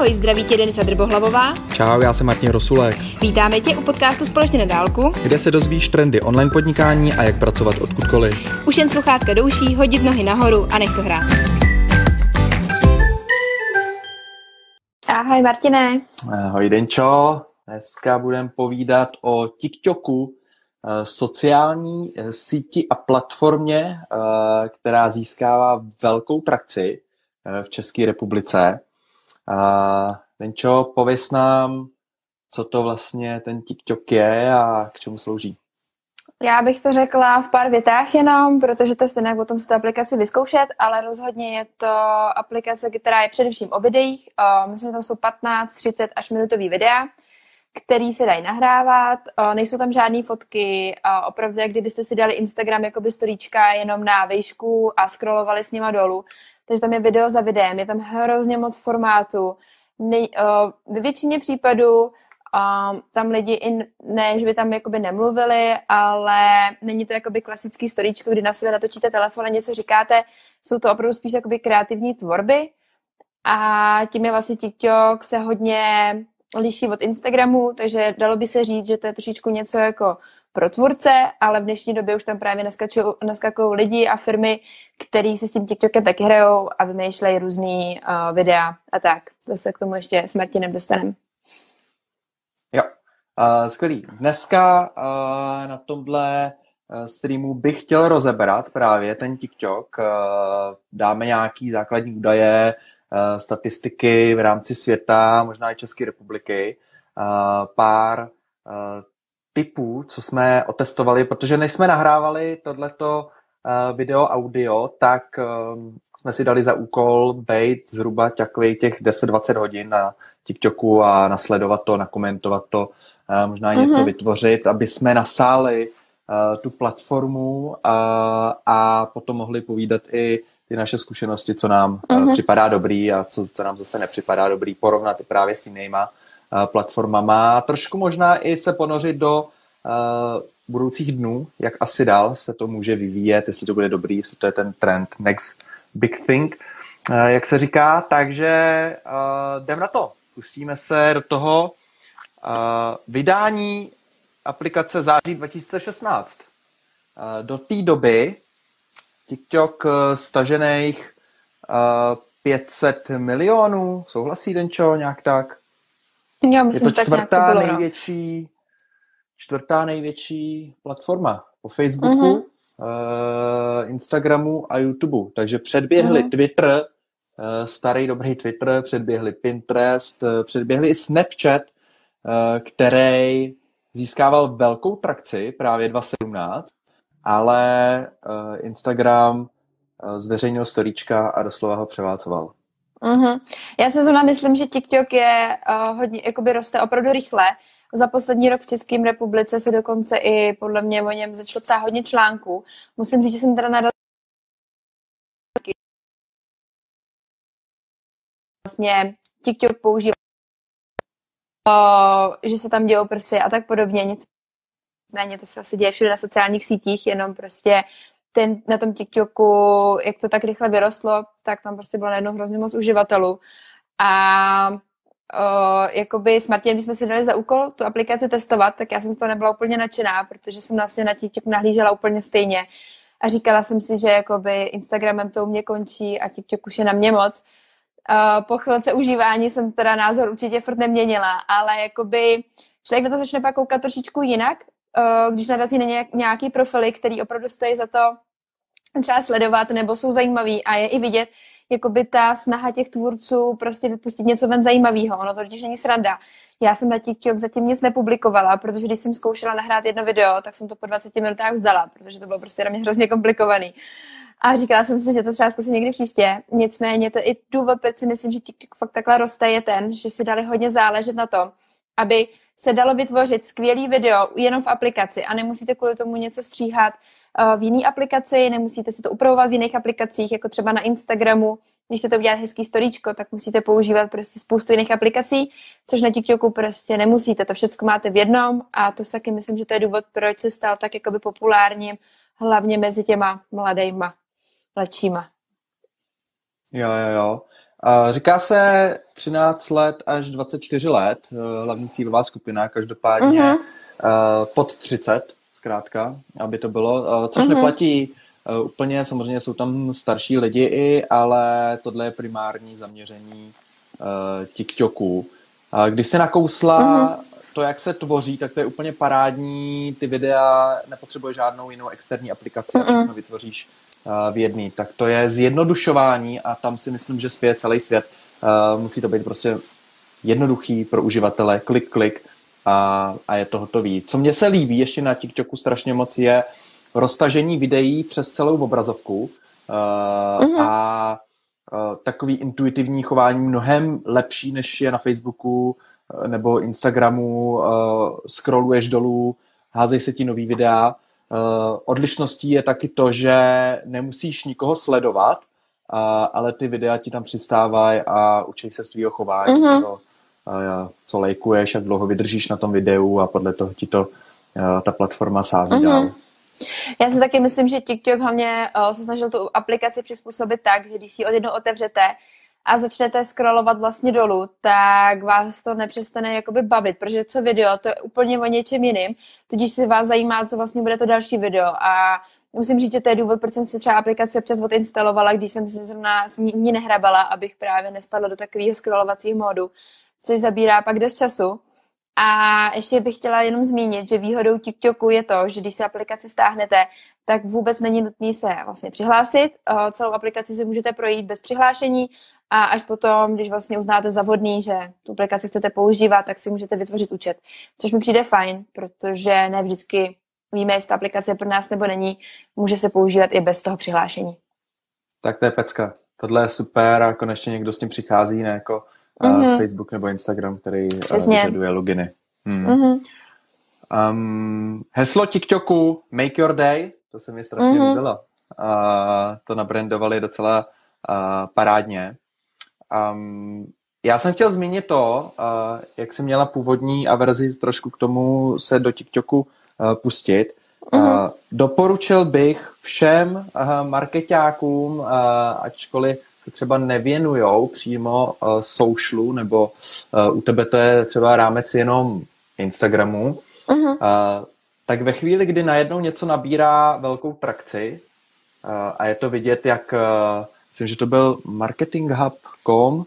Ahoj, zdraví tě Denisa Drbohlavová. Čau, já jsem Martin Rosulek. Vítáme tě u podcastu Společně na dálku, kde se dozvíš trendy online podnikání a jak pracovat odkudkoliv. Už jen sluchátka do uší, hodit nohy nahoru a nech to hrát. Ahoj Martine. Ahoj Denčo. Dneska budeme povídat o TikToku, sociální síti a platformě, která získává velkou trakci v České republice. Denčo, pověz nám, co to vlastně ten TikTok je a k čemu slouží. Já bych to řekla v pár větách jenom, protože to je stejně, jak potom si tu aplikaci vyzkoušet, ale rozhodně je to aplikace, která je především o videích. Myslím, že tam jsou 15, 30 až minutový videa, který se dají nahrávat. Nejsou tam žádné fotky. Opravdu, jak kdybyste si dali Instagram jakoby storíčka jenom na výšku a scrollovali s nima dolů. Takže tam je video za videem, je tam hrozně moc formátu. Ve většině případů tam lidi ne, že by tam jakoby nemluvili, ale není to jakoby klasický storíčko, kdy na sebe natočíte telefon a něco říkáte. Jsou to opravdu spíš jakoby kreativní tvorby a tím je vlastně TikTok se hodně liší od Instagramu, takže dalo by se říct, že to je trošičku něco jako pro tvůrce, ale v dnešní době už tam právě naskakují lidi a firmy, který si s tím TikTokem taky hrajou a vymýšlejí různý videa a tak. To se k tomu ještě s Martinem dostaneme. Jo, skvělý. Dneska na tomhle streamu bych chtěl rozebrat právě ten TikTok. Dáme nějaký základní údaje, statistiky v rámci světa, možná i České republiky, pár typů, co jsme otestovali, protože než jsme nahrávali tohleto video, audio, tak jsme si dali za úkol být zhruba těch 10-20 hodin na TikToku a nasledovat to, nakomentovat to, možná něco vytvořit, aby jsme nasáli tu platformu a potom mohli povídat i ty naše zkušenosti, co nám připadá dobrý a co nám zase nepřipadá dobrý, porovnat i právě s jinýma platformama. Trošku možná i se ponořit do budoucích dnů, jak asi dál se to může vyvíjet, jestli to bude dobrý, jestli to je ten trend next big thing, jak se říká. Takže jdem na to. Pustíme se do toho vydání aplikace září 2016. Do té doby TikTok stažených 500 milionů. Souhlasí, Denčo, nějak tak? Jo, myslím, je to čtvrtá největší platforma po Facebooku, Instagramu a YouTube. Takže předběhli Twitter, starý dobrý Twitter, předběhli Pinterest, předběhli i Snapchat, který získával velkou trakci právě 2017, ale Instagram zveřejnil storíčka a doslova ho převálcoval. Já si zrovna myslím, že TikTok je hodně, jakoby roste opravdu rychle. Za poslední rok v České republice se dokonce i podle mě o něm začalo psát hodně článků. Musím říct, že jsem teda narazila vlastně TikTok používá, že se tam dějou prsy a tak podobně. Nicméně to se asi děje všude na sociálních sítích, jenom prostě na tom TikToku, jak to tak rychle vyrostlo, tak tam prostě bylo najednou hrozně moc uživatelů. A jakoby s Martinem, když jsme si dali za úkol tu aplikaci testovat, tak já jsem z toho nebyla úplně nadšená, protože jsem vlastně na TikTok nahlížela úplně stejně. A říkala jsem si, že jakoby Instagramem to u mě končí a TikTok už je na mě moc. Po chvilce užívání jsem teda názor určitě furt neměnila, ale jakoby člověk na to začne pak koukat trošičku jinak, když narazí na nějaký profily, který opravdu stojí za to třeba sledovat nebo jsou zajímavý a je i vidět, jakoby ta snaha těch tvůrců prostě vypustit něco ven zajímavého. Ono to totiž není sranda. Já jsem na TikTok zatím nic nepublikovala, protože když jsem zkoušela nahrát jedno video, tak jsem to po 20 minutách vzdala, protože to bylo prostě na mě hrozně komplikovaný. A říkala jsem si, že to třeba zkusím někdy příště. Nicméně to i důvod, proč si myslím, že TikTok fakt takhle roste, je ten, že si dali hodně záležet na tom, aby se dalo vytvořit skvělý video jenom v aplikaci a nemusíte kvůli tomu něco stříhat v jiné aplikaci, nemusíte si to upravovat v jiných aplikacích, jako třeba na Instagramu. Když chcete udělat hezký storíčko, tak musíte používat prostě spoustu jiných aplikací, což na TikToku prostě nemusíte. To všechno máte v jednom a to taky myslím, že to je důvod, proč se stal tak jakoby populárním, hlavně mezi těma mladejma, mladšíma. Jo. Říká se 13 let až 24 let, hlavní cílová skupina, každopádně pod 30, zkrátka, aby to bylo, což neplatí úplně, samozřejmě jsou tam starší lidi ale tohle je primární zaměření TikToku. Když se nakousla to, jak se tvoří, tak to je úplně parádní, ty videa nepotřebuje žádnou jinou externí aplikaci a všechno vytvoříš v jedný. Tak to je zjednodušování a tam si myslím, že spěje celý svět. Musí to být prostě jednoduchý pro uživatele, klik a je to hotový. Co mně se líbí ještě na TikToku strašně moc je roztažení videí přes celou obrazovku a takový intuitivní chování mnohem lepší, než je na Facebooku nebo Instagramu, scrolluješ dolů, házej se ti nový videa. Odlišností je taky to, že nemusíš nikoho sledovat, ale ty videa ti tam přistávají a učí se z tvýho chování, co lajkuješ, jak dlouho vydržíš na tom videu a podle toho ti to ta platforma sází dál. Já si taky myslím, že TikTok hlavně se snažil tu aplikaci přizpůsobit tak, že když si od jednou otevřete a začnete scrollovat vlastně dolů, tak vás to nepřestane jakoby bavit, protože co video, to je úplně o něčem jiným, tudíž si vás zajímá, co vlastně bude to další video a musím říct, že to je důvod, proč jsem si třeba aplikaci občas odinstalovala, když jsem si zrovna s ní nehrabala, abych právě nespadla do takového scrollovacího módu, což zabírá pak dost času. A ještě bych chtěla jenom zmínit, že výhodou TikToku je to, že když si aplikaci stáhnete, tak vůbec není nutné se vlastně přihlásit. Celou aplikaci si můžete projít bez přihlášení a až potom, když vlastně uznáte za vhodný, že tu aplikaci chcete používat, tak si můžete vytvořit účet. Což mi přijde fajn, protože ne vždycky víme, jestli ta aplikace je pro nás nebo není, může se používat i bez toho přihlášení. Tak to je pecka. Tohle je super a konečně někdo s tím přichází, ne jako Facebook nebo Instagram, který vyžaduje loginy. Heslo TikToku Make Your Day, to se mi strašně líbilo. To nabrandovali docela parádně. Já jsem chtěl zmínit to, jak jsi měla původní averzi trošku k tomu se do TikToku pustit. Doporučil bych všem markeťákům, ačkoliv se třeba nevěnujou přímo socialu, nebo u tebe to je třeba rámec jenom Instagramu, tak ve chvíli, kdy najednou něco nabírá velkou trakci a je to vidět, jak myslím, že to byl marketinghub.com,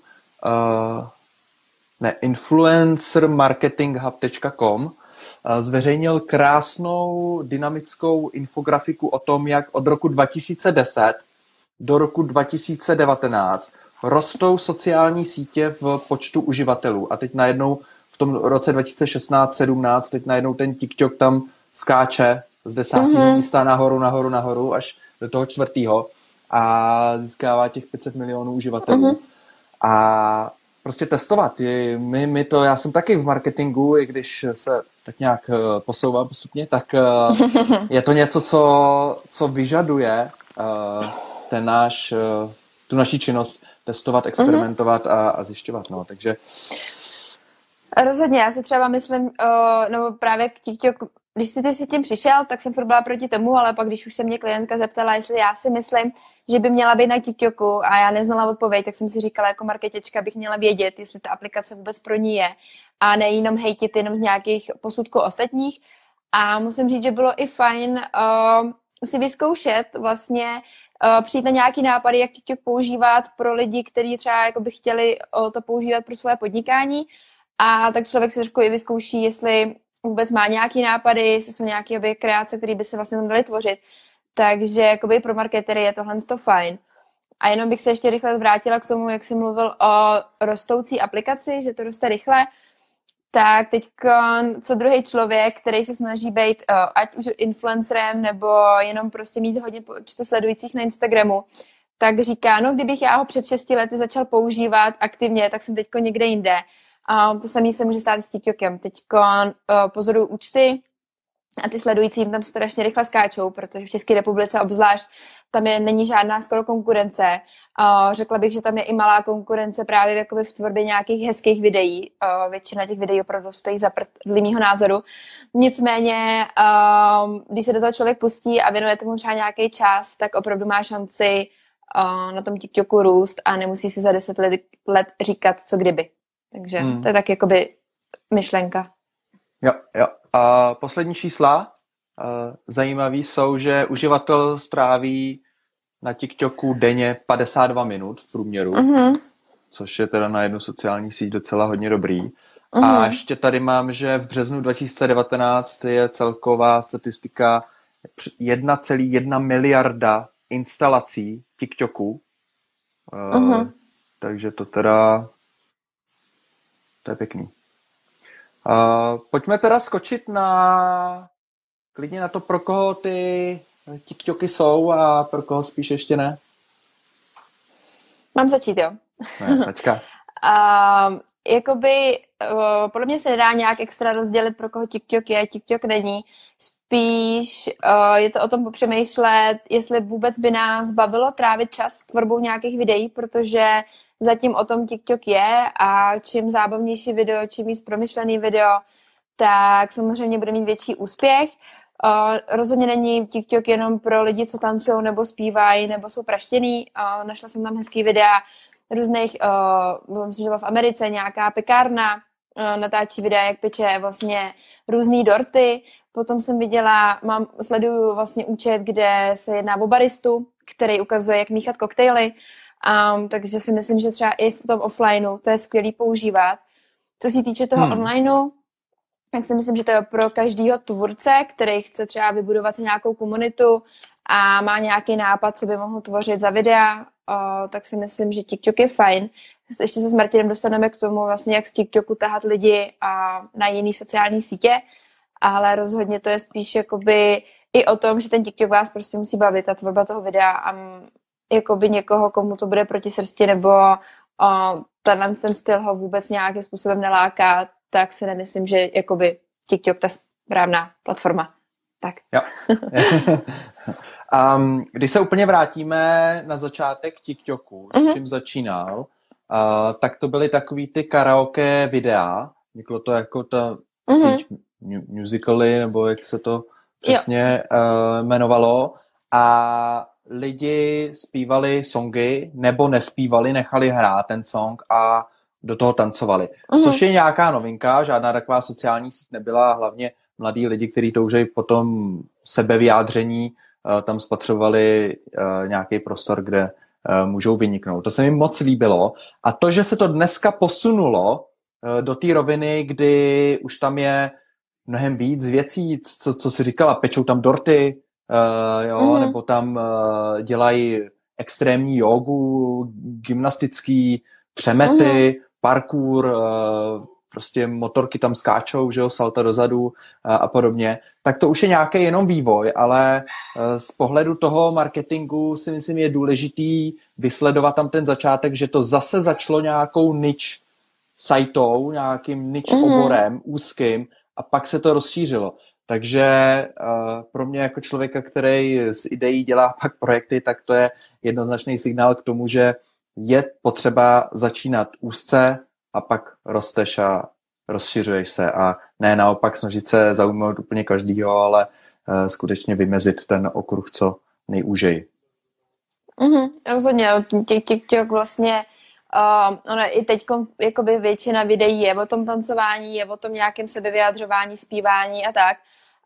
influencermarketinghub.com, zveřejnil krásnou dynamickou infografiku o tom, jak od roku 2010 do roku 2019 rostou sociální sítě v počtu uživatelů. A teď najednou v tom roce 2016-17 teď najednou ten TikTok tam skáče z 10. místa nahoru až do toho 4. a získává těch 500 milionů uživatelů. A prostě testovat. Já jsem taky v marketingu, i když se tak nějak posouvám postupně, tak je to něco, co vyžaduje tu naši činnost testovat, experimentovat a zjišťovat. No. Takže rozhodně, já si třeba myslím, nebo právě k TikToku, když jsi ty si tím přišel, tak jsem furt byla proti tomu, ale pak když už se mě klientka zeptala, jestli já si myslím, že by měla být na TikToku a já neznala odpověď, tak jsem si říkala, jako marketička bych měla vědět, jestli ta aplikace vůbec pro ní je a nejenom hejtit jenom z nějakých posudků ostatních. A musím říct, že bylo i fajn si vyzkoušet vlastně přijít na nějaký nápady, jak TikTok používat pro lidi, kteří třeba jako by chtěli to používat pro svoje podnikání. A tak člověk si trošku i vyzkouší, jestli vůbec má nějaký nápady, jestli jsou nějaké kreace, které by se vlastně tam daly tvořit. Takže jakoby pro marketery je tohle fajn. A jenom bych se ještě rychle vrátila k tomu, jak jsi mluvil o rostoucí aplikaci, že to roste rychle. Tak teď co druhý člověk, který se snaží být ať už influencerem nebo jenom prostě mít hodně počtu sledujících na Instagramu, tak říká, no kdybych já ho před 6 lety začal používat aktivně, tak jsem teďko někde jinde. To samé se může stát s TikTokem. Teďko pozoruju účty a ty sledující jim tam strašně rychle skáčou, protože v České republice obzvlášť tam není žádná skoro konkurence. Řekla bych, že tam je i malá konkurence právě jakoby v tvorbě nějakých hezkých videí. Většina těch videí opravdu stojí za prd, dle mýho názoru. Nicméně, když se do toho člověk pustí a věnuje tomu třeba nějaký čas, tak opravdu má šanci na tom TikToku růst a nemusí si za 10 let říkat, co kdyby. Takže to je tak jakoby myšlenka. Jo. A poslední čísla zajímavý jsou, že uživatel stráví na TikToku denně 52 minut v průměru, což je teda na jednu sociální síť docela hodně dobrý. A ještě tady mám, že v březnu 2019 je celková statistika 1,1 miliarda instalací TikToku. Takže to teda to je pěkný. Pojďme teda skočit klidně na to, pro koho ty TikToky jsou a pro koho spíš ještě ne. Mám začít, jo? Ne, sačka. Podle mě se nedá nějak extra rozdělit, pro koho TikTok je, TikTok není. Spíš je to o tom popřemýšlet, jestli vůbec by nás bavilo trávit čas s tvorbou nějakých videí, protože zatím o tom TikTok je a čím zábavnější video, čím víc promyšlený video, tak samozřejmě bude mít větší úspěch. Rozhodně není TikTok jenom pro lidi, co tancují nebo zpívají nebo jsou praštěný. Našla jsem tam hezký videa různých, myslím, že byla v Americe nějaká pekárna, natáčí videa, jak peče vlastně různý dorty. Potom jsem viděla, sleduju vlastně účet, kde se jedná o baristu, který ukazuje, jak míchat koktejly. Takže si myslím, že třeba i v tom offlineu to je skvělý používat. Co se týče toho onlineu, tak si myslím, že to je pro každýho tvůrce, který chce třeba vybudovat si nějakou komunitu a má nějaký nápad, co by mohl tvořit za videa, tak si myslím, že TikTok je fajn. Ještě se s Martinem dostaneme k tomu, vlastně, jak z TikToku tahat lidi na jiný sociální sítě, ale rozhodně to je spíš jakoby i o tom, že ten TikTok vás prostě musí bavit, ta tvorba toho videa a jakoby někoho, komu to bude proti srsti, nebo ten styl ho vůbec nějakým způsobem neláká, tak si nemyslím, že jakoby TikTok ta správná platforma. Tak. Jo. Když se úplně vrátíme na začátek TikToku, s čím začínal, tak to byly takový ty karaoke videa. Vzniklo to jako ta síť Musical.ly, nebo jak se to přesně jmenovalo. A lidi zpívali songy, nebo nespívali, nechali hrát ten song a do toho tancovali. Což je nějaká novinka, žádná taková sociální síť nebyla, hlavně mladí lidi, kteří toužejí potom sebevyjádření, tam spatřovali nějaký prostor, kde můžou vyniknout. To se mi moc líbilo. A to, že se to dneska posunulo do té roviny, kdy už tam je mnohem víc věcí, co si říkala, pečou tam dorty, nebo tam dělají extrémní jógu, gymnastický přemety, parkour, prostě motorky tam skáčou, že jo, salto dozadu a podobně, tak to už je nějaký jenom vývoj, ale z pohledu toho marketingu si myslím je důležitý vysledovat tam ten začátek, že to zase začalo nějakou niche sajtou, nějakým niche oborem úzkým a pak se to rozšířilo. Takže pro mě jako člověka, který z ideí dělá pak projekty, tak to je jednoznačný signál k tomu, že je potřeba začínat úzce a pak rosteš a rozšiřuješ se a ne naopak snažit se zaujmout úplně každýho, ale skutečně vymezit ten okruh co nejúžej. Rozhodně, TikTok vlastně ono i teď jakoby většina videí je o tom tancování, je o tom nějakém sebevyjadřování, zpívání a tak,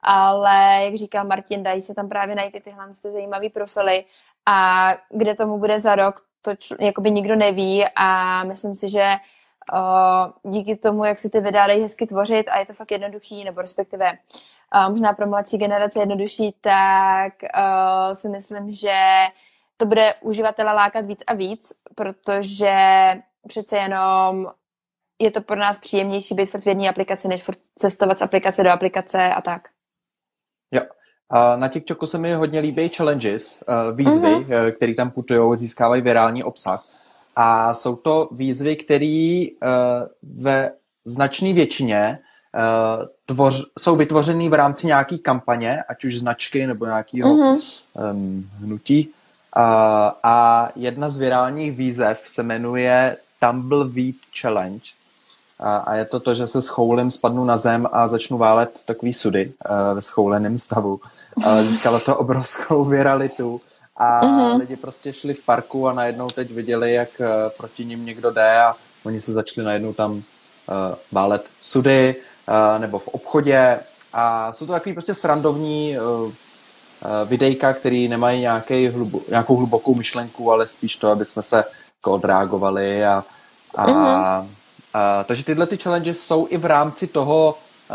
ale jak říkal Martin, dají se tam právě najít tyhle zajímavý profily a kde tomu bude za rok, to jakoby nikdo neví a myslím si, že díky tomu, jak si ty videa dají hezky tvořit a je to fakt jednoduchý, nebo respektive možná pro mladší generace jednodušší, tak si myslím, že to bude uživatele lákat víc a víc, protože přece jenom je to pro nás příjemnější být furt v jedné aplikaci, než furt cestovat z aplikace do aplikace a tak. Jo. Na TikToku se mi hodně líbí challenges, výzvy, které tam putujou, získávají virální obsah. A jsou to výzvy, které ve značné většině jsou vytvořený v rámci nějaké kampaně, ať už značky nebo nějakého hnutí. A jedna z virálních výzev se jmenuje Tumbleweed Challenge. A je to, že se s choulem spadnu na zem a začnu válet takový sudy ve schouleném stavu. Získalo to obrovskou viralitu a Mhm. lidi prostě šli v parku a najednou teď viděli, jak proti nim někdo jde a oni se začali najednou tam válet sudy nebo v obchodě a jsou to takový prostě srandovní videjka, který nemají nějakou hlubokou myšlenku, ale spíš to, aby jsme se jako odreagovali takže tyhle ty challenge jsou i v rámci toho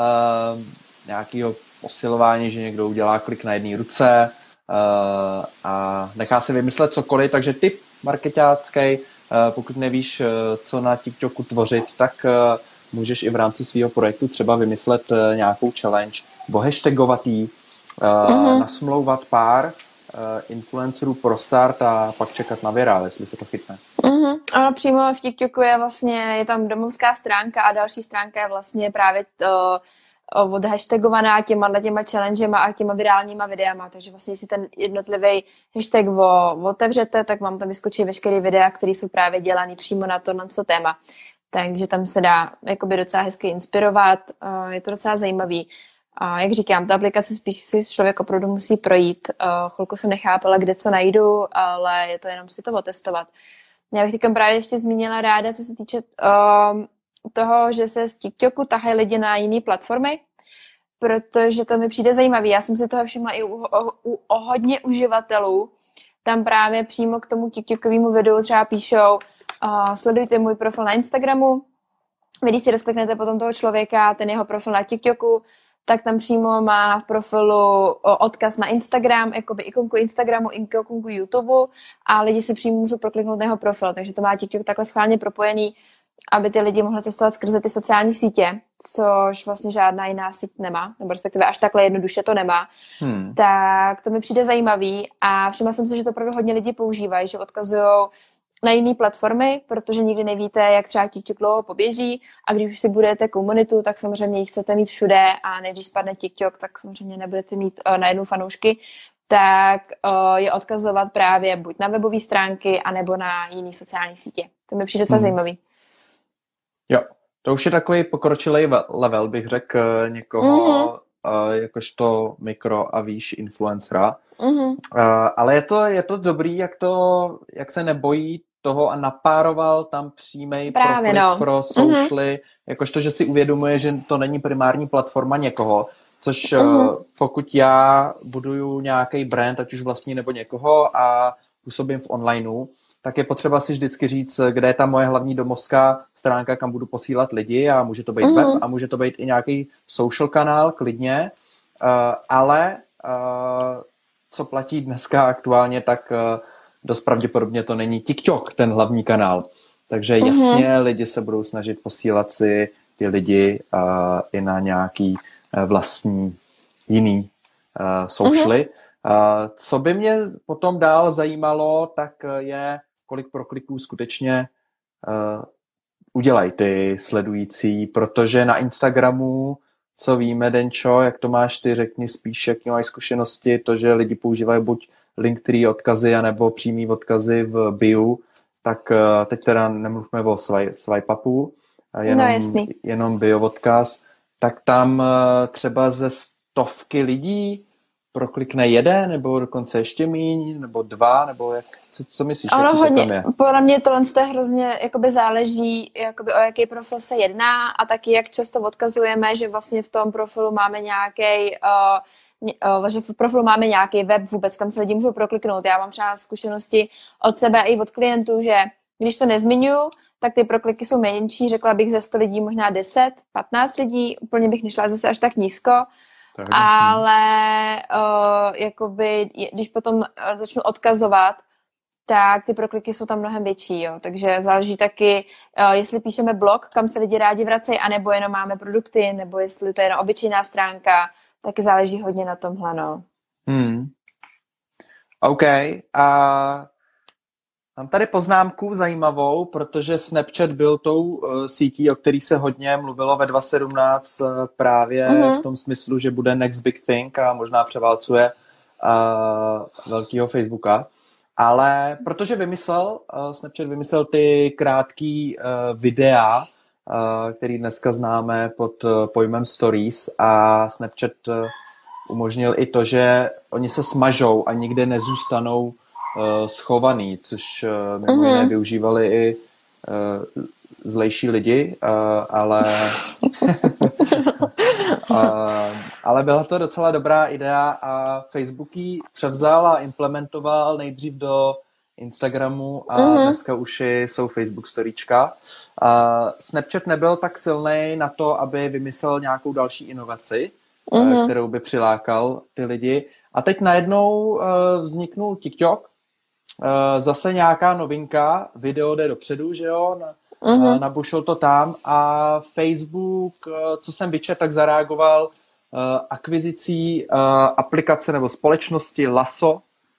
nějakého posilování, že někdo udělá klik na jedné ruce a nechá si vymyslet cokoliv, takže typ marketácký, pokud nevíš, co na TikToku tvořit, tak můžeš i v rámci svého projektu třeba vymyslet nějakou challenge, nebo hashtagovatý, nasmlouvat pár influencerů pro start a pak čekat na virál, jestli se to chytne. Ano, přímo v TikToku je tam domovská stránka a další stránka je vlastně právě odhashtagovaná těma challengema a těma virálníma videama, takže vlastně si ten jednotlivý hashtag otevřete, tak vám tam vyskočí veškeré videa, které jsou právě dělané přímo na to téma. Takže tam se dá jakoby docela hezky inspirovat, je to docela zajímavý. A jak říkám, ta aplikace spíš si člověk opravdu musí projít. Chvilku jsem nechápala, kde co najdu, ale je to jenom si to otestovat. Já bych teď právě ještě zmínila ráda, co se týče toho, že se z TikToku tahají lidi na jiné platformy, protože to mi přijde zajímavé. Já jsem si toho všimla i u hodně uživatelů. Tam právě přímo k tomu TikTokovému videu třeba píšou sledujte můj profil na Instagramu. Vy, když si rozkliknete potom toho člověka, ten jeho profil na TikToku, tak tam přímo má v profilu odkaz na Instagram, jakoby ikonku Instagramu, ikonku YouTube a lidi si přímo můžou prokliknout na jeho profil, takže to má TikTok takhle schválně propojený, aby ty lidi mohli cestovat skrze ty sociální sítě, což vlastně žádná jiná síť nemá, nebo respektive až takhle jednoduše to nemá. Tak to mi přijde zajímavý a všimla jsem si, že to opravdu hodně lidi používají, že odkazujou na jiné platformy, protože nikdy nevíte, jak třeba TikTok dlouho poběží a když už si budete komunitu, tak samozřejmě ji chcete mít všude a než když spadne TikTok, tak samozřejmě nebudete mít najednou fanoušky, tak je odkazovat právě buď na webové stránky, anebo na jiné sociální sítě. To mi přijde docela zajímavý. Jo, to už je takový pokročilý level, bych řekl někoho jakožto mikro a výš influencera. Ale je to dobrý, jak se nebojí toho a napároval tam přímý profil pro socialy, jakožto, že si uvědomuje, že to není primární platforma někoho, což pokud já buduju nějaký brand, ať už vlastní nebo někoho a působím v onlineu, tak je potřeba si vždycky říct, kde je ta moje hlavní domovská stránka, kam budu posílat lidi a může to být web a může to být i nějaký social kanál, klidně, ale co platí dneska aktuálně, tak dost pravděpodobně to není TikTok, ten hlavní kanál. Takže jasně, lidi se budou snažit posílat si ty lidi i na nějaký vlastní jiný socialy. Co by mě potom dál zajímalo, tak je, kolik prokliků skutečně udělají ty sledující, protože na Instagramu, co víme, Denčo, jak to máš ty, řekni spíš, jak máš zkušenosti, to, že lidi používají buď Linktree odkazy, anebo přímý odkazy v bio, tak teď teda nemluvme o swipe-upu, jenom bio odkaz, tak tam třeba ze 100 lidí proklikne jeden, nebo dokonce ještě míň, nebo 2, nebo co myslíš? Ano, hodně. Podle mě tohle hrozně jakoby záleží, jakoby o jaký profil se jedná a taky jak často odkazujeme, že vlastně v tom profilu máme nějaký web vůbec, kam se lidi můžou prokliknout. Já mám třeba zkušenosti od sebe i od klientů, že když to nezmiňuju, tak ty prokliky jsou menší, řekla bych ze 100 lidí možná 10, 15 lidí, úplně bych nešla zase až tak nízko, ale jakoby, když potom začnu odkazovat, tak ty prokliky jsou tam mnohem větší, jo. Takže záleží taky, jestli píšeme blog, kam se lidi rádi vracejí, anebo jenom máme produkty, nebo jestli to je jenom obyčejná stránka, taky záleží hodně na tomhle, no. OK. A mám tady poznámku zajímavou, protože Snapchat byl tou sítí, o který se hodně mluvilo ve 2017 právě v tom smyslu, že bude next big thing a možná převálcuje velkýho Facebooka. Ale protože Snapchat vymyslel ty krátký videa, který dneska známe pod pojmem Stories a Snapchat umožnil i to, že oni se smažou a nikde nezůstanou schovaný, což mimo jiné využívali i zlejší lidi, ale byla to docela dobrá idea a Facebook ji převzal a implementoval nejdřív do Instagramu a dneska už jsou Facebook storíčka. Snapchat nebyl tak silný na to, aby vymyslel nějakou další inovaci, kterou by přilákal ty lidi. A teď najednou vzniknul TikTok, zase nějaká novinka, video jde dopředu, že jo, nabušil to tam a Facebook, co jsem vyčetl, tak zareagoval akvizicí aplikace nebo společnosti Lasso,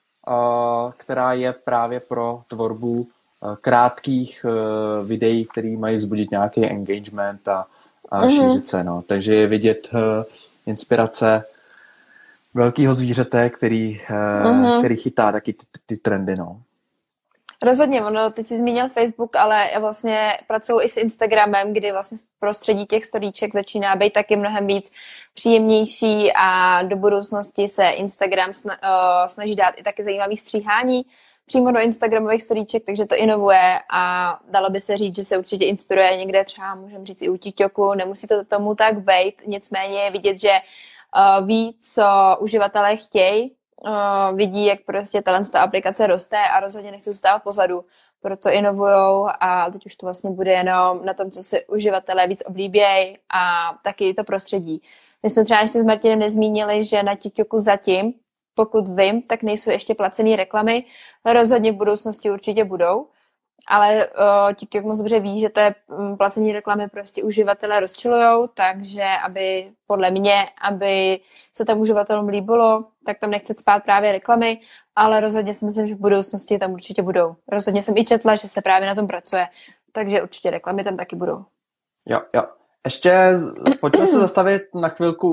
která je právě pro tvorbu krátkých videí, které mají vzbudit nějaký engagement a šířit se. No. Takže je vidět inspirace velkého zvířete, který chytá taky ty trendy. No. Rozhodně, teď jsi zmínil Facebook, ale já vlastně pracuji i s Instagramem, kdy vlastně prostředí těch storíček začíná být taky mnohem víc příjemnější a do budoucnosti se Instagram snaží dát i taky zajímavý stříhání přímo do Instagramových storíček, takže to inovuje a dalo by se říct, že se určitě inspiruje někde třeba, můžeme říct i u TikToku, nemusí to tomu tak být, nicméně je vidět, že ví, co uživatelé chtějí, vidí, jak prostě ta aplikace roste a rozhodně nechce zůstávat pozadu, proto inovujou a teď už to vlastně bude jenom na tom, co si uživatelé víc oblíbějí a taky to prostředí. My jsme třeba ještě s Martinem nezmínili, že na TikToku zatím, pokud vím, tak nejsou ještě placené reklamy, rozhodně v budoucnosti určitě budou, ale TikTok moc dobře ví, že to je placení reklamy prostě uživatelé rozčilujou, takže aby podle mě, aby se tam uživatelům líbilo, tak tam nechce spát právě reklamy, ale rozhodně si myslím, že v budoucnosti tam určitě budou. Rozhodně jsem i četla, že se právě na tom pracuje, takže určitě reklamy tam taky budou. Jo. Ještě pojďme se zastavit na chvilku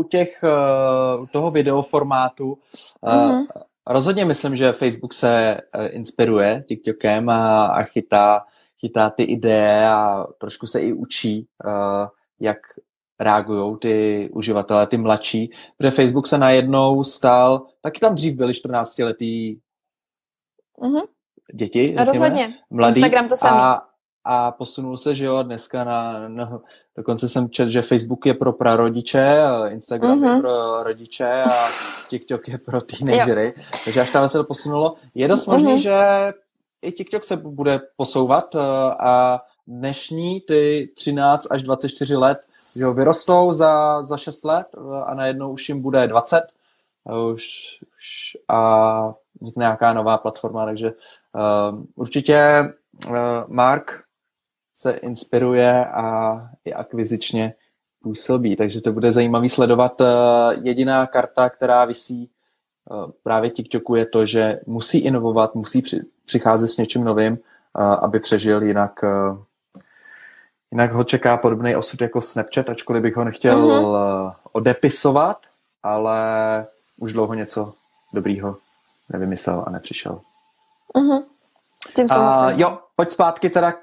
u toho videoformátu. Rozhodně myslím, že Facebook se inspiruje TikTokem a chytá ty ideje a trošku se i učí, jak reagují ty uživatelé, ty mladší, protože Facebook se najednou stal, taky tam dřív byli 14letý děti, řekněme, rozhodně. mladý, Instagram to samý. A posunul se, že jo, dneska dokonce jsem četl, že Facebook je pro prarodiče, Instagram je pro rodiče a TikTok je pro teenagery. Takže až tam se to posunulo. Je dost možný, že i TikTok se bude posouvat a dnešní ty 13 až 24 let, že jo, vyrostou za 6 let a najednou už jim bude 20 a vznikne nějaká nová platforma, takže určitě Mark se inspiruje a i akvizičně působí, takže to bude zajímavý sledovat. Jediná karta, která visí právě TikToku je to, že musí inovovat, musí přicházet s něčím novým, aby přežil, jinak ho čeká podobný osud jako Snapchat, ačkoliv bych ho nechtěl odepisovat, ale už dlouho něco dobrýho nevymyslel a nepřišel. S tím souhlasím. Jo, pojď zpátky teda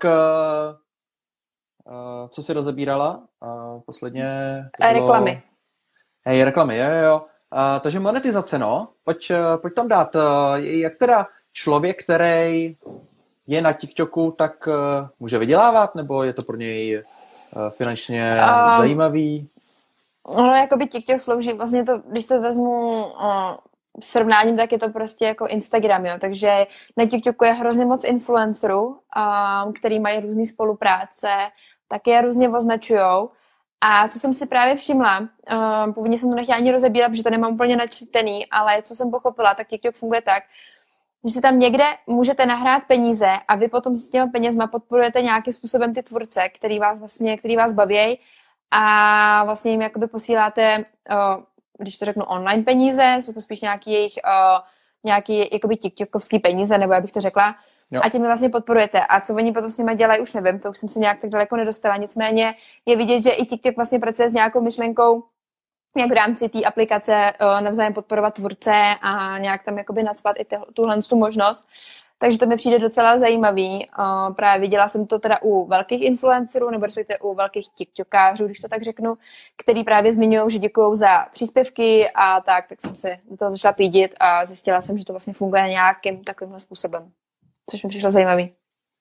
co jsi rozebírala posledně? Reklamy. Hej, reklamy, jo. Takže monetizace, no. Pojď tam dát. Jak teda člověk, který je na TikToku, tak může vydělávat, nebo je to pro něj finančně zajímavý? No, jakoby TikTok slouží vlastně to, když to vezmu srovnáním, tak je to prostě jako Instagram, jo. Takže na TikToku je hrozně moc influencerů, který mají různé spolupráce, taky je různě označujou. A co jsem si právě všimla, původně jsem to nechtěla ani rozebírat, protože to nemám úplně načtený, ale co jsem pochopila, tak TikTok funguje tak, že si tam někde můžete nahrát peníze a vy potom s těmi penězma podporujete nějakým způsobem ty tvůrce, který vás baví a vlastně jim jakoby posíláte, když to řeknu, online peníze, jsou to spíš nějaký jakoby TikTokovský peníze, nebo jak bych to řekla, jo. A tím vlastně podporujete. A co oni potom s nimi dělají, už nevím, to už jsem se nějak tak daleko nedostala. Nicméně je vidět, že i TikTok vlastně pracuje s nějakou myšlenkou, jak v rámci té aplikace navzájem podporovat tvůrce a nějak tam jakoby nacpat i tuhle tu možnost. takže to mi přijde docela zajímavý. Právě viděla jsem to teda u velkých influencerů, nebo respektive u velkých tiktokářů, když to tak řeknu, který právě zmiňují, že děkují za příspěvky a tak jsem se do toho začala pídit a zjistila jsem, že to vlastně funguje nějakým takovým způsobem, což mi přišlo zajímavý.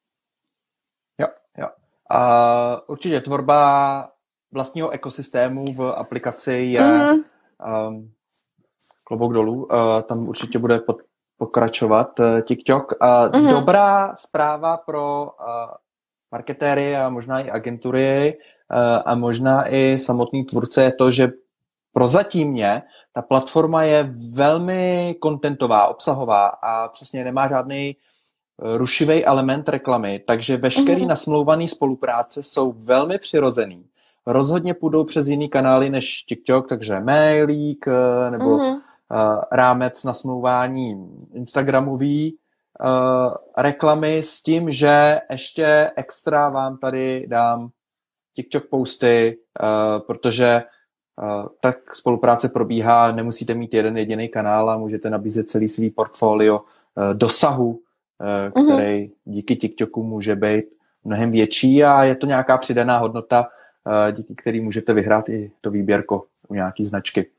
Jo. A určitě tvorba vlastního ekosystému v aplikaci je klobouk dolů. Tam určitě bude pokračovat TikTok. Dobrá zpráva pro marketéry a možná i agentury a možná i samotný tvůrce je to, že prozatímně ta platforma je velmi kontentová, obsahová a přesně nemá žádný rušivý element reklamy, takže veškerý nasmlouvaný spolupráce jsou velmi přirozený. Rozhodně půjdou přes jiný kanály než TikTok, takže mailík nebo rámec nasmlouvání Instagramový reklamy s tím, že ještě extra vám tady dám TikTok posty, protože tak spolupráce probíhá, nemusíte mít jeden jediný kanál a můžete nabízet celý svý portfolio dosahu, který díky TikToku může být mnohem větší a je to nějaká přidaná hodnota, díky který můžete vyhrát i to výběrko u nějaký značky.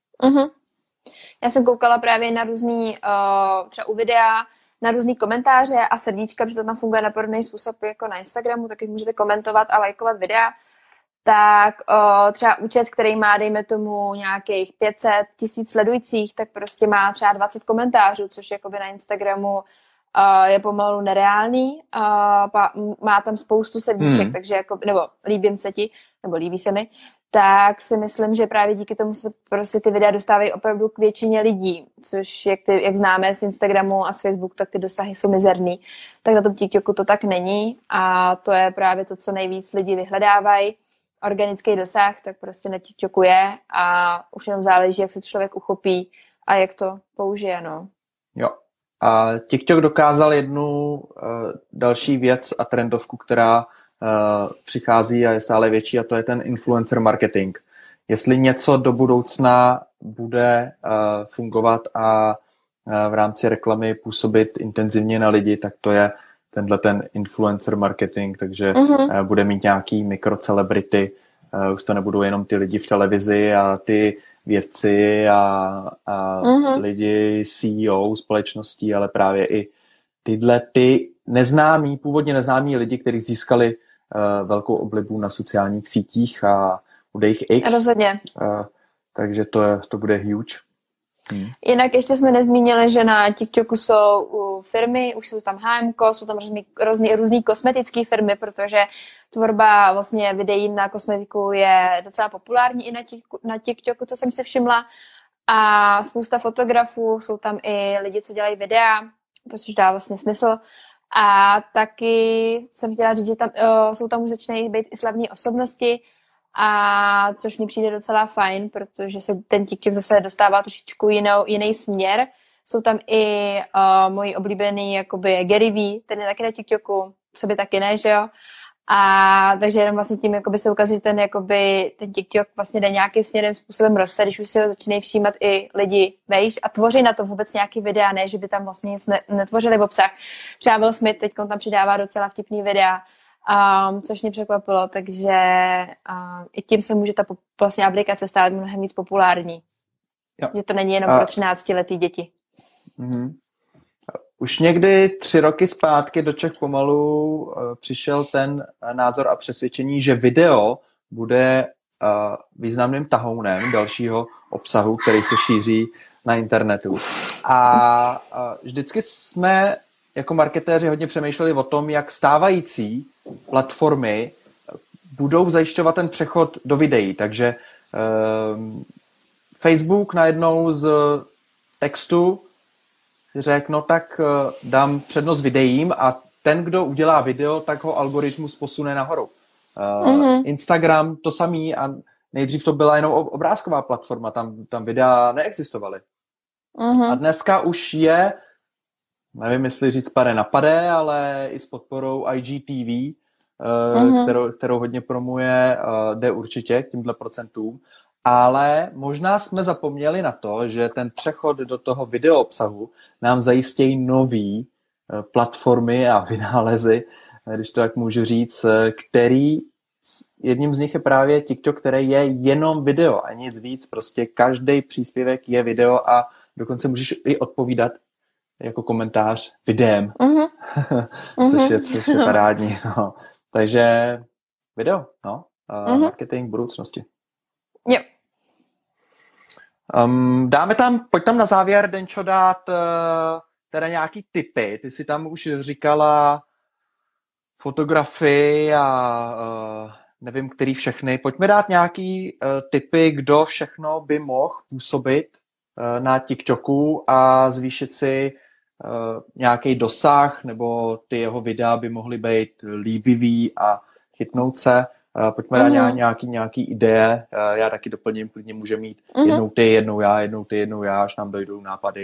Já jsem koukala právě na různý, třeba u videa, na různý komentáře a srdíčka, protože to tam funguje na podobný způsob jako na Instagramu, taky můžete komentovat a lajkovat videa. Tak třeba účet, který má, dejme tomu, nějakých 500 000 sledujících, tak prostě má třeba 20 komentářů, což jakoby na Instagramu je pomalu nereálný. Má tam spoustu srdíček, takže jako, nebo líbím se ti, nebo líbí se mi, tak si myslím, že právě díky tomu se prostě ty videa dostávají opravdu k většině lidí, což jak známe z Instagramu a z Facebooku, tak ty dosahy jsou mizerný. Tak na tom TikToku to tak není a to je právě to, co nejvíc lidi vyhledávají. Organický dosah, tak prostě na TikToku je a už jenom záleží, jak se člověk uchopí a jak to použije, no. Jo. A TikTok dokázal jednu další věc a trendovku, která přichází a je stále větší, a to je ten influencer marketing. Jestli něco do budoucna bude fungovat a v rámci reklamy působit intenzivně na lidi, tak to je ten influencer marketing, takže bude mít nějaký mikrocelebrity, už to nebudou jenom ty lidi v televizi a ty vědci a lidi CEO společností, ale právě i ty původně neznámí lidi, kteří získali velkou oblibu na sociálních sítích a bude jich X. Rozhodně. Takže to bude huge. Jinak ještě jsme nezmínili, že na TikToku jsou firmy, už jsou tam H&M, jsou tam různý kosmetické firmy, protože tvorba vlastně videí na kosmetiku je docela populární i na TikToku, co jsem si všimla. A spousta fotografů, jsou tam i lidi, co dělají videa, což dá vlastně smysl. A taky jsem chtěla říct, že tam, jsou tam už začínají být i slavní osobnosti, a což mi přijde docela fajn, protože se ten TikTok zase dostává trošičku jiný směr. Jsou tam i moji oblíbený jakoby Gary V, ten je taky na TikToku, v sobě taky ne, že jo? A takže jenom vlastně tím jakoby se ukazuje, že ten TikTok vlastně jde nějakým směrem způsobem roste, když už se ho začínají všímat i lidi vejš a tvoří na to vůbec nějaký videa, ne, že by tam vlastně nic netvořili v obsah. Třeba Will Smith teď tam přidává docela vtipný videa, což mě překvapilo, takže i tím se může ta vlastně aplikace stát mnohem víc populární. Jo. Že to není jenom pro 13letý děti. Už někdy 3 roky zpátky do Čech pomalu přišel ten názor a přesvědčení, že video bude významným tahounem dalšího obsahu, který se šíří na internetu. A vždycky jsme jako marketéři hodně přemýšleli o tom, jak stávající platformy budou zajišťovat ten přechod do videí. Takže Facebook najednou z textu řekl, no tak dám přednost videím a ten, kdo udělá video, tak ho algoritmus posune nahoru. Instagram to samý a nejdřív to byla jenom obrázková platforma, tam videa neexistovaly. A dneska už je, nevím, jestli říct pade na pade, ale i s podporou IGTV, kterou hodně promuje, jde určitě k těmhle procentům. Ale možná jsme zapomněli na to, že ten přechod do toho video obsahu nám zajistějí nový platformy a vynálezy, když to tak můžu říct, který jedním z nich je právě TikTok, který je jenom video a nic víc. Prostě každý příspěvek je video a dokonce můžeš i odpovídat jako komentář videem, což je parádní. No. Takže video, no. Marketing budoucnosti. Jo. Pojď tam na závěr, Denčo, dát teda nějaký tipy. Ty si tam už říkala fotografii a nevím, který všechny. Pojďme dát nějaký tipy, kdo všechno by mohl působit na TikToku a zvýšit si nějaký dosah, nebo ty jeho videa by mohly být líbivý a chytnout se. Pojďme dát nějaký ideje. Já taky doplním, klidně může mít jednou ty, jednou já, až nám dojdou nápady.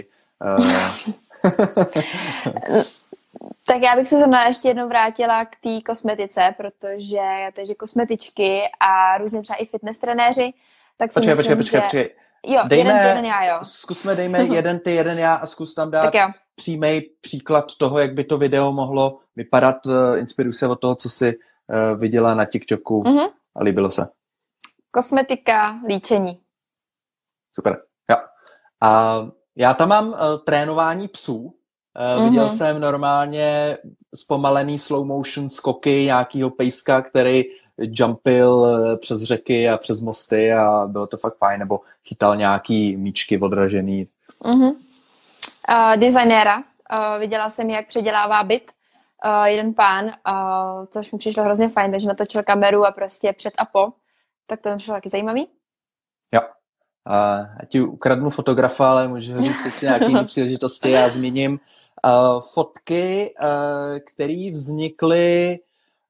Tak já bych se zrovna ještě jednou vrátila k té kosmetice, protože takže kosmetičky a různě třeba i fitness trenéři, tak si Počkej. Jo, jeden já, jo. Zkusme, dejme jeden ty, jeden já a zkus tam dát přímý příklad toho, jak by to video mohlo vypadat. Inspiruj se od toho, co jsi viděla na TikToku a líbilo se. Kosmetika, líčení. Super, jo. A já tam mám trénování psů. Viděl jsem normálně zpomalený slow motion skoky nějakýho pejska, který jumpil přes řeky a přes mosty a bylo to fakt fajn, nebo chytal nějaký míčky odražený. Designéra. Viděla jsem, jak předělává byt jeden pán, což mi přišlo hrozně fajn, takže natočil kameru a prostě před a po. Tak to mi přišlo taky zajímavý. Jo. Já ti ukradnu fotografa, ale můžu říct ještě nějaké jiné příležitosti. Já zmíním fotky, které vznikly.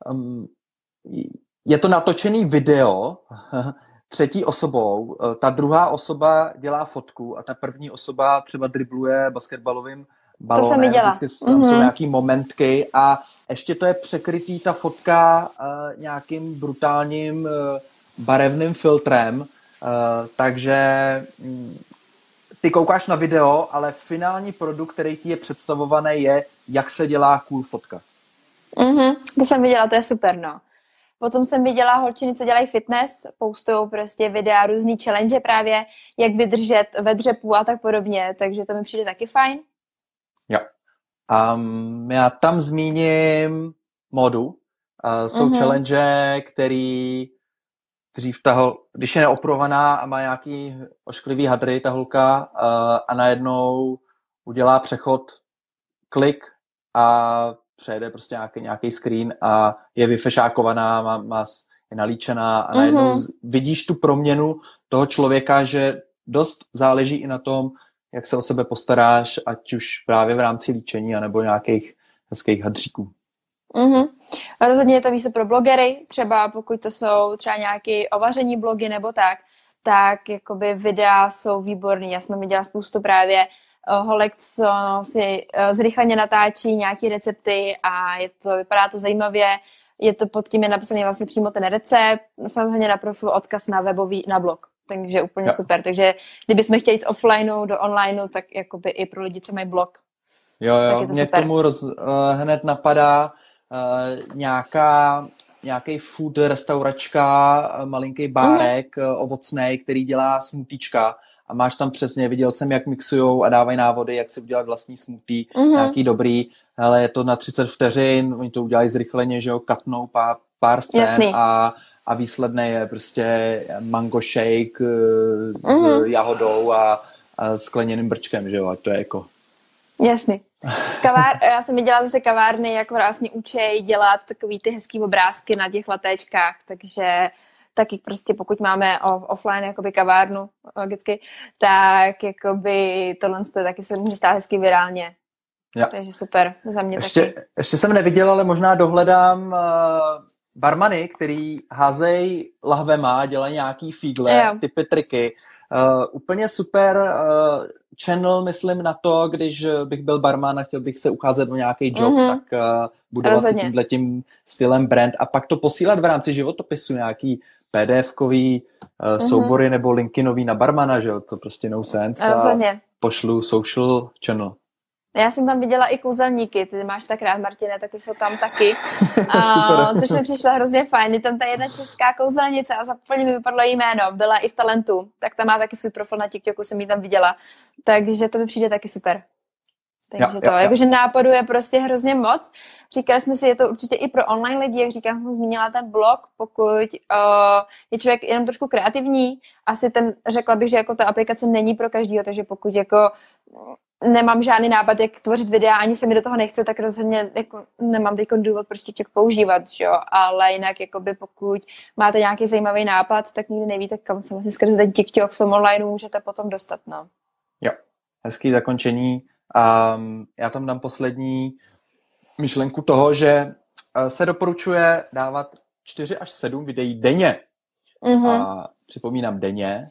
Je to natočený video třetí osobou. Ta druhá osoba dělá fotku a ta první osoba třeba dribluje basketbalovým balónem. To jsem viděla. Vždycky tam jsou nějaký momentky a ještě to je překrytý ta fotka nějakým brutálním barevným filtrem. Takže ty koukáš na video, ale finální produkt, který ti je představovaný, je, jak se dělá cool fotka. To jsem viděla, to je super, no. Potom jsem viděla holčiny, co dělají fitness, postujou prostě videa, různý challenge právě, jak vydržet ve dřepu a tak podobně, takže to mi přijde taky fajn. Jo. Já tam zmíním modu. Jsou challenge, který dřív když je neoprovaná a má nějaký ošklivý hadry, ta holka, a najednou udělá přechod, klik a přejede prostě nějaký screen a je vyfešákovaná, je nalíčená a najednou vidíš tu proměnu toho člověka, že dost záleží i na tom, jak se o sebe postaráš, ať už právě v rámci líčení anebo nějakých hezkých hadříků. A rozhodně je to místo pro blogery, třeba pokud to jsou třeba nějaké ovaření blogy nebo tak jakoby videa jsou výborný. Já jsem viděla spoustu právě holek, co si zrychleně natáčí nějaké recepty a vypadá to zajímavě. Je to pod tím je napsaný vlastně přímo ten recept, samozřejmě na profilu odkaz na blog. Takže úplně super. Takže kdybychom chtěli jít z offlineu do onlineu, tak jakoby i pro lidi, co mají blog. Jo, mě k tomu hned napadá nějaký food restauračka, malinký bárek ovocnej, který dělá smoothiečka a máš tam přesně, viděl jsem, jak mixujou a dávají návody, jak si udělat vlastní smoothie, nějaký dobrý, ale je to na 30 vteřin, oni to udělají zrychleně, že jo, kapnou pár scén a výsledné je prostě mango shake s jahodou a skleněným brčkem, že jo, a to je jako... Jasný. Já jsem viděla zase kavárny, jak vlastně učí dělat takový ty hezký obrázky na těch latéčkách, takže taky prostě pokud máme offline jakoby kavárnu logicky, tak jakoby tohle taky se může stát hezky virálně. Ja. Takže super, za mě taky. Ještě jsem neviděl, ale možná dohledám barmany, který házejí lahvema, dělají nějaký fígle, typy triky. Úplně super channel, myslím na to, když bych byl barman a chtěl bych se ucházet o nějaký job, tak budovat si tímhletím stylem brand a pak to posílat v rámci životopisu, nějaký PDF-kový soubory nebo linky nový na barmana, že jo, to prostě no sense. A pošlu social channel. Já jsem tam viděla i kouzelníky, ty máš tak rád, Martine, tak ty jsou tam taky. Což mi přišlo hrozně fajn. Je tam ta jedna česká kouzelnice a zaplně mi vypadlo jméno, byla i v Talentu, tak tam má taky svůj profil na TikToku, jsem ji tam viděla. Takže to mi přijde taky super. Takže jakože nápadů je prostě hrozně moc. Říkali jsme si, je to určitě i pro online lidi, jak říkám, jsem zmínila ten blog, pokud je člověk jenom trošku kreativní, asi řekla bych, že jako ta aplikace není pro každýho, takže pokud jako nemám žádný nápad, jak tvořit videa, ani se mi do toho nechce, tak rozhodně jako nemám teď důvod prostě TikTok používat, že jo, ale jinak jakoby pokud máte nějaký zajímavý nápad, tak nikdy nevíte, kam se vlastně skrze ten TikTok v tom online můžete potom dostat, no. Jo, hezký zakončení. Já tam dám poslední myšlenku toho, že se doporučuje dávat 4 až 7 videí denně. Připomínám denně.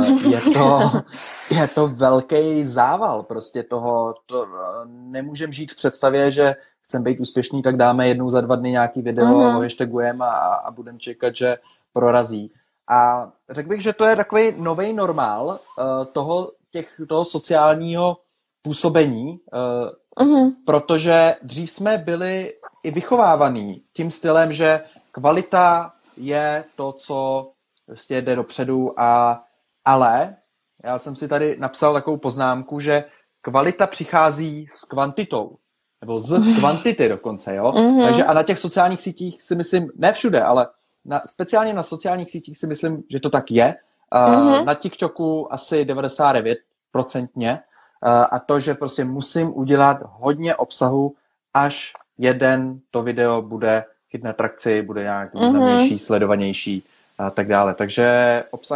Je to velký zával prostě toho. Nemůžem žít v představě, že chcem být úspěšný, tak dáme jednou za 2 dny nějaký video, ho hashtagujeme a budeme čekat, že prorazí. A řekl bych, že to je takový nový normál toho sociálního působení, protože dřív jsme byli i vychovávaný tím stylem, že kvalita je to, co prostě jde dopředu, ale já jsem si tady napsal takovou poznámku, že kvalita přichází s kvantitou, nebo z kvantity dokonce, jo? Takže a na těch sociálních sítích si myslím, ne všude, ale speciálně na sociálních sítích si myslím, že to tak je. Na TikToku asi 99%. A to, že prostě musím udělat hodně obsahu, až jeden to video bude chytne trakci, bude nějak významnější, sledovanější a tak dále. Takže obsah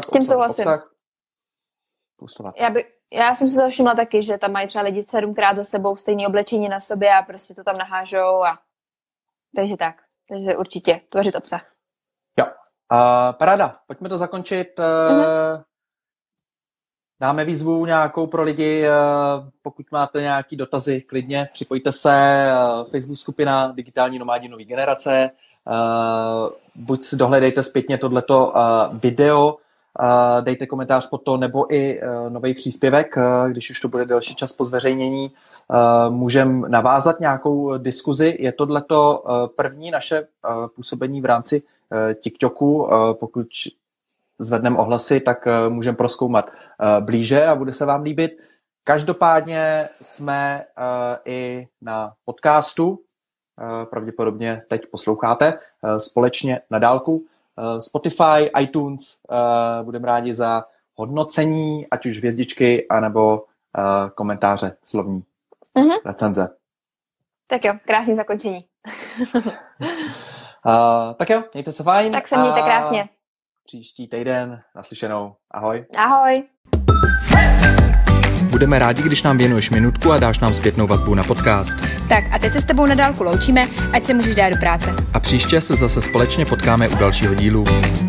pustovat. Já jsem si to všimla taky, že tam mají třeba lidi 7krát za sebou stejné oblečení na sobě a prostě to tam nahážou takže tak. Takže určitě tvořit obsah. Jo. Paráda. Pojďme to zakončit. Dáme výzvu nějakou pro lidi, pokud máte nějaký dotazy, klidně připojte se, Facebook skupina Digitální nomádi nový generace, buď si dohledejte zpětně tohleto video, dejte komentář pod to, nebo i nový příspěvek, když už to bude delší čas po zveřejnění, můžeme navázat nějakou diskuzi. Je tohleto první naše působení v rámci TikToku, pokud zvedneme ohlasy, tak můžeme prozkoumat blíže a bude se vám líbit. Každopádně jsme i na podcastu, pravděpodobně teď posloucháte, společně na dálku. Spotify, iTunes, budeme rádi za hodnocení, ať už hvězdičky, anebo komentáře slovní, recenze. Tak jo, krásný zakončení. Tak jo, mějte se fajn. Tak se mějte krásně. Příští týden, naslyšenou. Ahoj. Ahoj. Budeme rádi, když nám věnuješ minutku a dáš nám zpětnou vazbu na podcast. Tak a teď se s tebou na dálku loučíme, ať se můžeš dát do práce. A příště se zase společně potkáme u dalšího dílu.